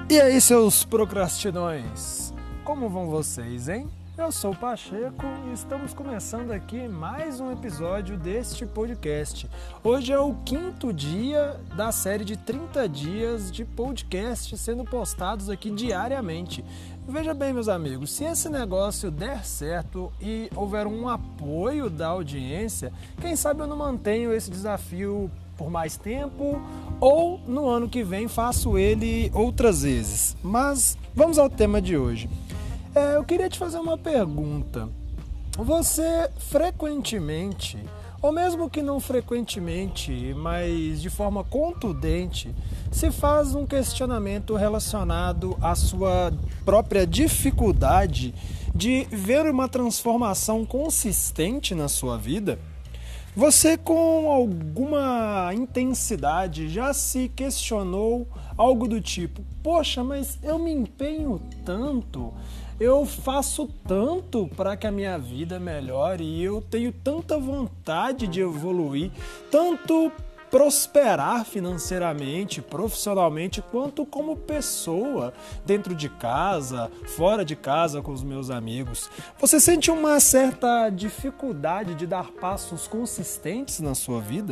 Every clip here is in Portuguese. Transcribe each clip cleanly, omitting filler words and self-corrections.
E aí, seus procrastinões? Como vão vocês, hein? Eu sou o Pacheco e estamos começando aqui mais um episódio deste podcast. Hoje é o 5º dia da série de 30 dias de podcast sendo postados aqui diariamente. Veja bem, meus amigos, se esse negócio der certo e houver um apoio da audiência, quem sabe eu não mantenho esse desafio por mais tempo ou no ano que vem faço ele outras vezes. Mas vamos ao tema de hoje. Eu queria te fazer uma pergunta. Você frequentemente, ou mesmo que não frequentemente, mas de forma contundente, se faz um questionamento relacionado à sua própria dificuldade de ver uma transformação consistente na sua vida? Você, com alguma intensidade, já se questionou algo do tipo: poxa, mas eu me empenho tanto, eu faço tanto para que a minha vida melhore e eu tenho tanta vontade de evoluir, tanto prosperar financeiramente, profissionalmente, quanto como pessoa, dentro de casa, fora de casa, com os meus amigos. Você sente uma certa dificuldade de dar passos consistentes na sua vida?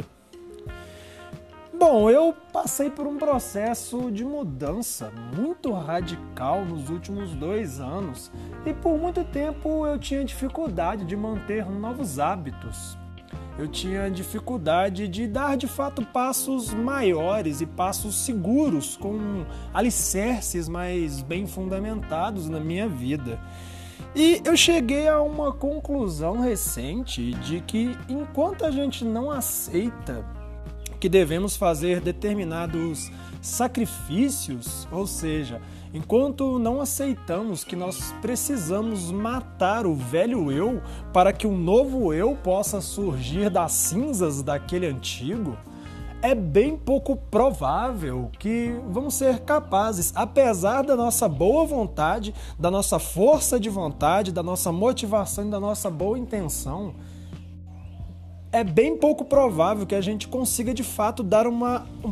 Bom, eu passei por um processo de mudança muito radical nos últimos 2 anos e por muito tempo eu tinha dificuldade de manter novos hábitos. Eu tinha dificuldade de dar de fato passos maiores e passos seguros, com alicerces mais bem fundamentados na minha vida. E eu cheguei a uma conclusão recente de que enquanto a gente não aceita que devemos fazer determinados sacrifícios, ou seja, enquanto não aceitamos que nós precisamos matar o velho eu para que um novo eu possa surgir das cinzas daquele antigo, é bem pouco provável que vamos ser capazes, apesar da nossa boa vontade, da nossa força de vontade, da nossa motivação e da nossa boa intenção, é bem pouco provável que a gente consiga de fato dar um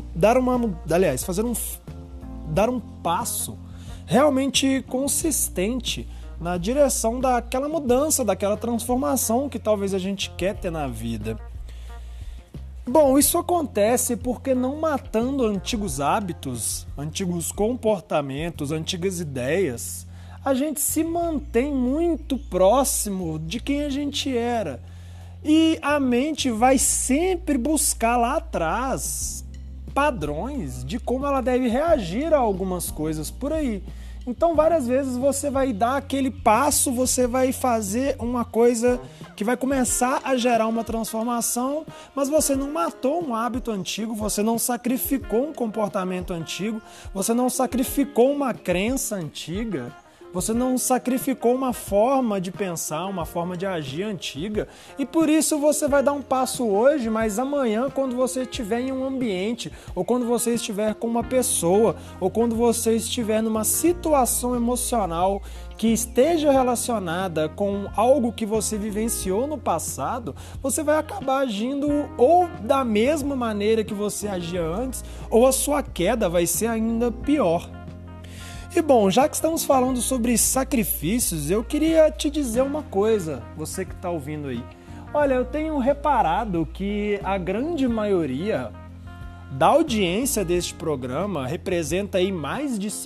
passo realmente consistente na direção daquela mudança, daquela transformação que talvez a gente quer ter na vida. Bom, isso acontece porque não matando antigos hábitos, antigos comportamentos, antigas ideias, a gente se mantém muito próximo de quem a gente era. E a mente vai sempre buscar lá atrás padrões de como ela deve reagir a algumas coisas por aí. Então, várias vezes você vai dar aquele passo, você vai fazer uma coisa que vai começar a gerar uma transformação, mas você não matou um hábito antigo, você não sacrificou um comportamento antigo, você não sacrificou uma crença antiga. Você não sacrificou uma forma de pensar, uma forma de agir antiga, e por isso você vai dar um passo hoje, mas amanhã, quando você estiver em um ambiente, ou quando você estiver com uma pessoa, ou quando você estiver numa situação emocional que esteja relacionada com algo que você vivenciou no passado, você vai acabar agindo ou da mesma maneira que você agia antes, ou a sua queda vai ser ainda pior. E bom, já que estamos falando sobre sacrifícios, eu queria te dizer uma coisa, você que está ouvindo aí. Olha, eu tenho reparado que a grande maioria da audiência deste programa representa aí mais de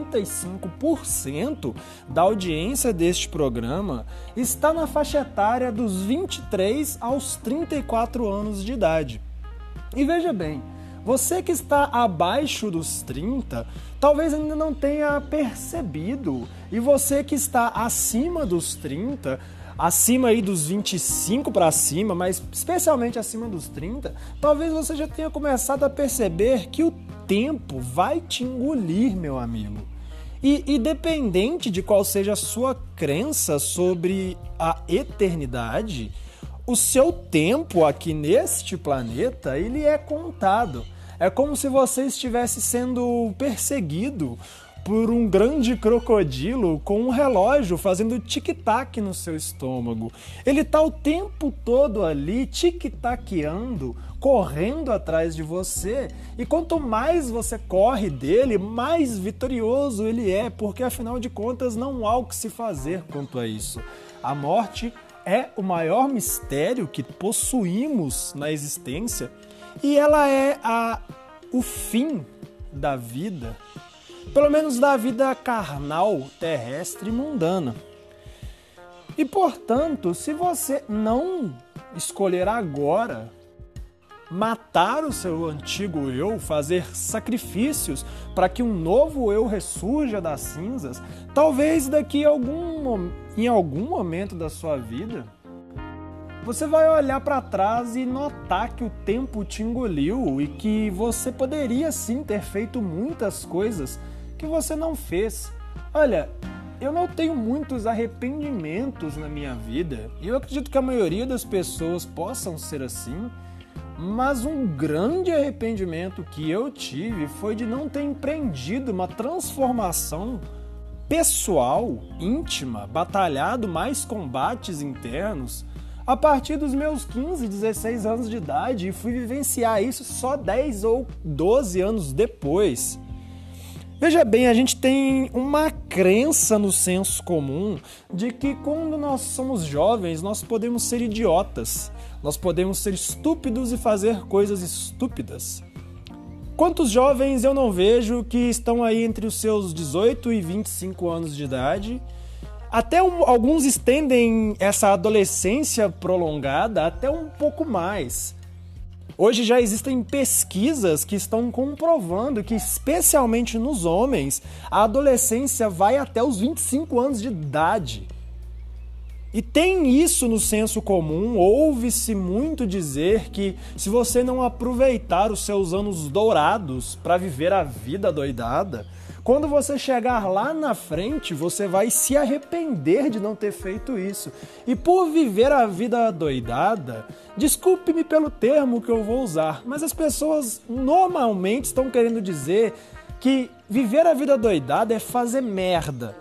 55% da audiência deste programa está na faixa etária dos 23 aos 34 anos de idade. E veja bem, você que está abaixo dos 30, talvez ainda não tenha percebido. E você que está acima dos 30, acima aí dos 25 para cima, mas especialmente acima dos 30, talvez você já tenha começado a perceber que o tempo vai te engolir, meu amigo. E independente de qual seja a sua crença sobre a eternidade, o seu tempo aqui neste planeta, ele é contado. É como se você estivesse sendo perseguido por um grande crocodilo com um relógio fazendo tic-tac no seu estômago. Ele está o tempo todo ali tic-taqueando, correndo atrás de você, e quanto mais você corre dele, mais vitorioso ele é, porque afinal de contas não há o que se fazer quanto a isso. A morte é o maior mistério que possuímos na existência e ela é o fim da vida, pelo menos da vida carnal, terrestre e mundana. E, portanto, se você não escolher agora matar o seu antigo eu, fazer sacrifícios para que um novo eu ressurja das cinzas, talvez em algum momento da sua vida, você vai olhar para trás e notar que o tempo te engoliu e que você poderia sim ter feito muitas coisas que você não fez. Olha, eu não tenho muitos arrependimentos na minha vida e eu acredito que a maioria das pessoas possam ser assim, mas um grande arrependimento que eu tive foi de não ter empreendido uma transformação pessoal, íntima, batalhado mais combates internos a partir dos meus 15, 16 anos de idade e fui vivenciar isso só 10 ou 12 anos depois. Veja bem, a gente tem uma crença no senso comum de que quando nós somos jovens, nós podemos ser idiotas, nós podemos ser estúpidos e fazer coisas estúpidas. Quantos jovens eu não vejo que estão aí entre os seus 18 e 25 anos de idade? Até alguns estendem essa adolescência prolongada até um pouco mais. Hoje já existem pesquisas que estão comprovando que, especialmente nos homens, a adolescência vai até os 25 anos de idade. E tem isso no senso comum, ouve-se muito dizer que se você não aproveitar os seus anos dourados para viver a vida doidada, quando você chegar lá na frente, você vai se arrepender de não ter feito isso. E por viver a vida doidada, desculpe-me pelo termo que eu vou usar, mas as pessoas normalmente estão querendo dizer que viver a vida doidada é fazer merda.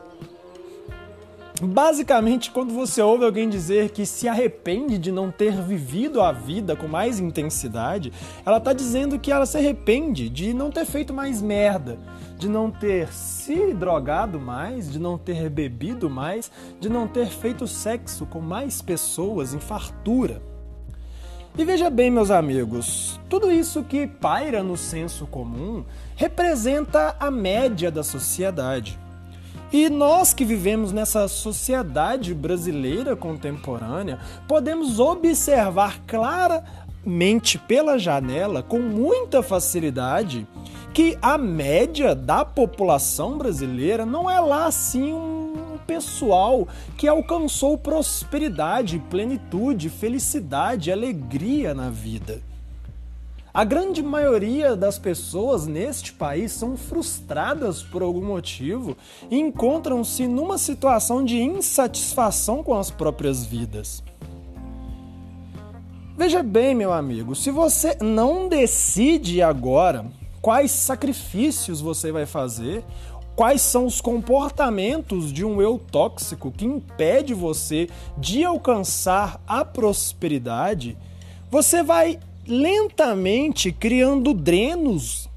Basicamente, quando você ouve alguém dizer que se arrepende de não ter vivido a vida com mais intensidade, ela está dizendo que ela se arrepende de não ter feito mais merda, de não ter se drogado mais, de não ter bebido mais, de não ter feito sexo com mais pessoas em fartura. E veja bem, meus amigos, tudo isso que paira no senso comum representa a média da sociedade. E nós que vivemos nessa sociedade brasileira contemporânea, podemos observar claramente pela janela, com muita facilidade, que a média da população brasileira não é lá assim um pessoal que alcançou prosperidade, plenitude, felicidade, alegria na vida. A grande maioria das pessoas neste país são frustradas por algum motivo e encontram-se numa situação de insatisfação com as próprias vidas. Veja bem, meu amigo, se você não decide agora quais sacrifícios você vai fazer, quais são os comportamentos de um eu tóxico que impede você de alcançar a prosperidade, você vai lentamente criando drenos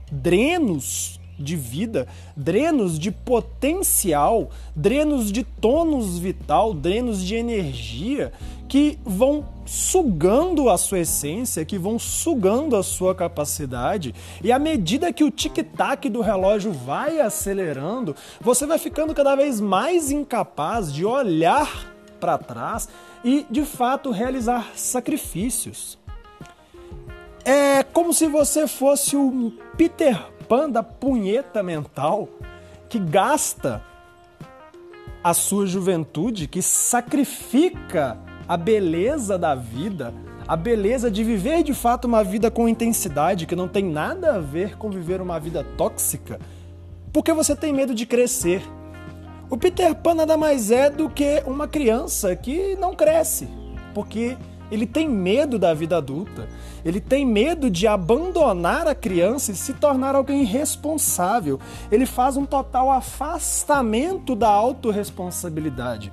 de vida, drenos de potencial, drenos de tônus vital, drenos de energia que vão sugando a sua essência, que vão sugando a sua capacidade, e à medida que o tic-tac do relógio vai acelerando, você vai ficando cada vez mais incapaz de olhar para trás e, de fato, realizar sacrifícios. É como se você fosse o Peter Pan da punheta mental que gasta a sua juventude, que sacrifica a beleza da vida, a beleza de viver de fato uma vida com intensidade, que não tem nada a ver com viver uma vida tóxica, porque você tem medo de crescer. O Peter Pan nada mais é do que uma criança que não cresce, porque ele tem medo da vida adulta, ele tem medo de abandonar a criança e se tornar alguém responsável. Ele faz um total afastamento da autorresponsabilidade.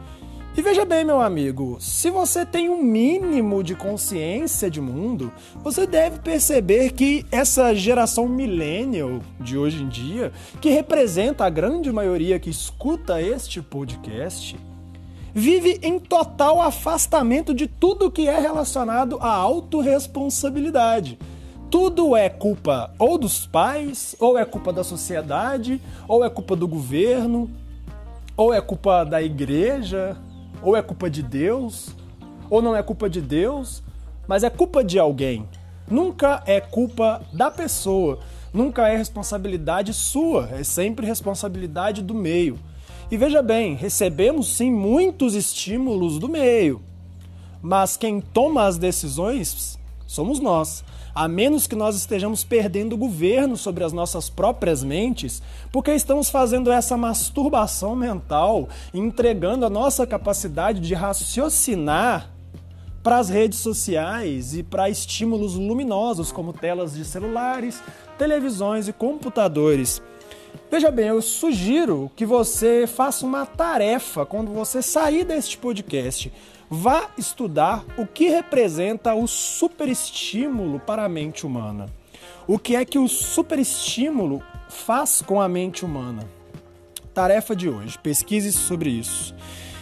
E veja bem, meu amigo, se você tem um mínimo de consciência de mundo, você deve perceber que essa geração millennial de hoje em dia, que representa a grande maioria que escuta este podcast, vive em total afastamento de tudo que é relacionado à autorresponsabilidade. Tudo é culpa ou dos pais, ou é culpa da sociedade, ou é culpa do governo, ou é culpa da igreja, ou é culpa de Deus, ou não é culpa de Deus, mas é culpa de alguém. Nunca é culpa da pessoa, nunca é responsabilidade sua, é sempre responsabilidade do meio. E veja bem, recebemos sim muitos estímulos do meio, mas quem toma as decisões somos nós. A menos que nós estejamos perdendo o governo sobre as nossas próprias mentes, porque estamos fazendo essa masturbação mental, entregando a nossa capacidade de raciocinar para as redes sociais e para estímulos luminosos, como telas de celulares, televisões e computadores. Veja bem, eu sugiro que você faça uma tarefa quando você sair deste podcast. Vá estudar o que representa o superestímulo para a mente humana. O que é que o superestímulo faz com a mente humana? Tarefa de hoje, pesquise sobre isso.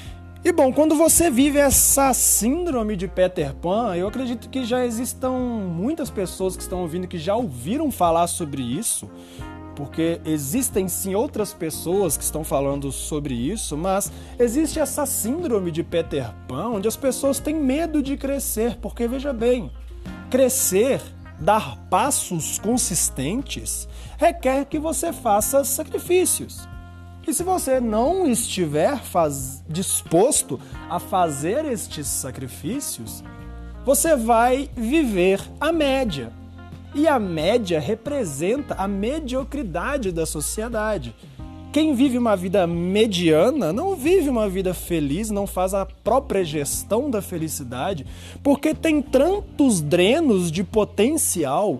E bom, quando você vive essa síndrome de Peter Pan, eu acredito que já existam muitas pessoas que estão ouvindo que já ouviram falar sobre isso, porque existem sim outras pessoas que estão falando sobre isso, mas existe essa síndrome de Peter Pan, onde as pessoas têm medo de crescer, porque veja bem, crescer, dar passos consistentes, requer que você faça sacrifícios. E se você não estiver disposto a fazer estes sacrifícios, você vai viver a média. E a média representa a mediocridade da sociedade. Quem vive uma vida mediana não vive uma vida feliz, não faz a própria gestão da felicidade, porque tem tantos drenos de potencial,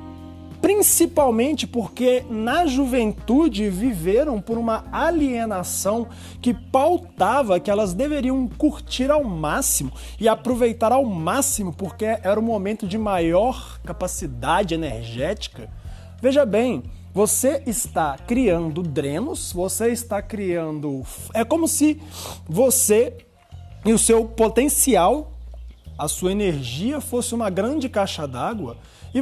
principalmente porque na juventude viveram por uma alienação que pautava que elas deveriam curtir ao máximo e aproveitar ao máximo porque era o momento de maior capacidade energética. Veja bem, você está criando drenos, você está criando... É como se você e o seu potencial, a sua energia fosse uma grande caixa d'água e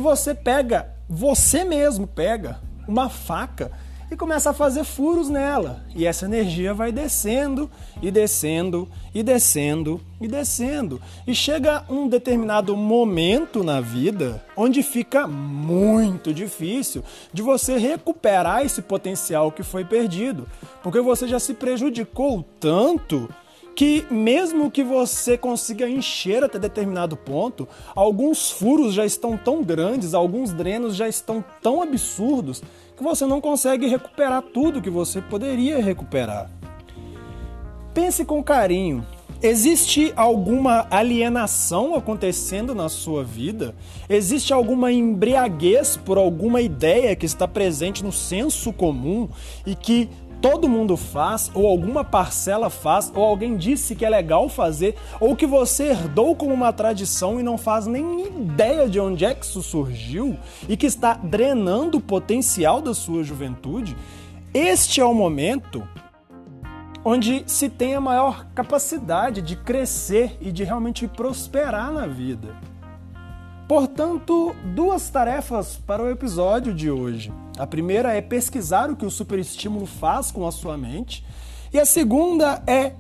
você mesmo pega uma faca e começa a fazer furos nela. E essa energia vai descendo, e descendo, e descendo, e descendo. E chega um determinado momento na vida onde fica muito difícil de você recuperar esse potencial que foi perdido. Porque você já se prejudicou tanto que mesmo que você consiga encher até determinado ponto, alguns furos já estão tão grandes, alguns drenos já estão tão absurdos, que você não consegue recuperar tudo que você poderia recuperar. Pense com carinho. Existe alguma alienação acontecendo na sua vida? Existe alguma embriaguez por alguma ideia que está presente no senso comum e que todo mundo faz, ou alguma parcela faz, ou alguém disse que é legal fazer, ou que você herdou como uma tradição e não faz nem ideia de onde é que isso surgiu e que está drenando o potencial da sua juventude? Este é o momento onde se tem a maior capacidade de crescer e de realmente prosperar na vida. Portanto, duas tarefas para o episódio de hoje. A primeira é pesquisar o que o superestímulo faz com a sua mente. E a segunda é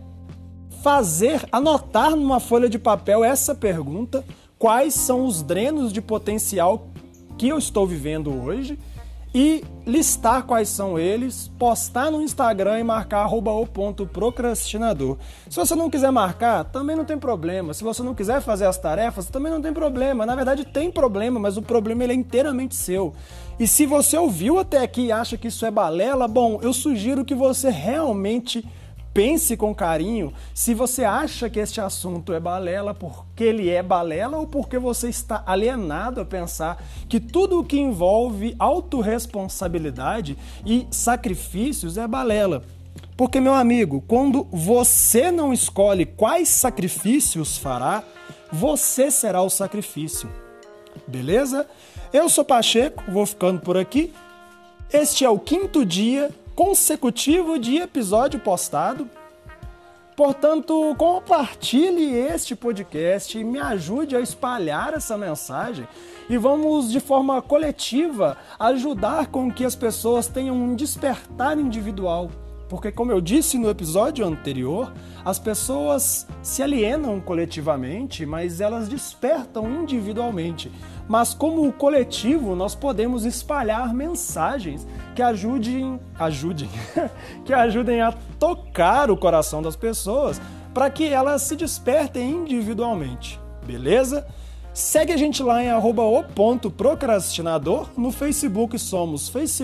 anotar numa folha de papel essa pergunta: quais são os drenos de potencial que eu estou vivendo hoje? E listar quais são eles, postar no Instagram e marcar @o.procrastinador. Se você não quiser marcar, também não tem problema. Se você não quiser fazer as tarefas, também não tem problema. Na verdade tem problema, mas o problema ele é inteiramente seu. E se você ouviu até aqui e acha que isso é balela, bom, eu sugiro que você realmente pense com carinho se você acha que este assunto é balela porque ele é balela ou porque você está alienado a pensar que tudo o que envolve autorresponsabilidade e sacrifícios é balela. Porque, meu amigo, quando você não escolhe quais sacrifícios fará, você será o sacrifício. Beleza? Eu sou Pacheco, vou ficando por aqui. Este é o 5º dia consecutivo de episódio postado. Portanto, compartilhe este podcast e me ajude a espalhar essa mensagem e vamos, de forma coletiva, ajudar com que as pessoas tenham um despertar individual. Porque, como eu disse no episódio anterior, as pessoas se alienam coletivamente, mas elas despertam individualmente. Mas como coletivo, nós podemos espalhar mensagens que ajudem a tocar o coração das pessoas para que elas se despertem individualmente. Beleza? Segue a gente lá em @o.procrastinador. No Facebook somos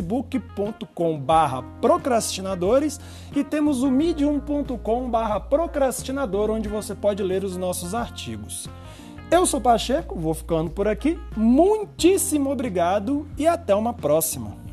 facebook.com/procrastinadores e temos o medium.com/procrastinador, onde você pode ler os nossos artigos. Eu sou Pacheco, vou ficando por aqui. Muitíssimo obrigado e até uma próxima.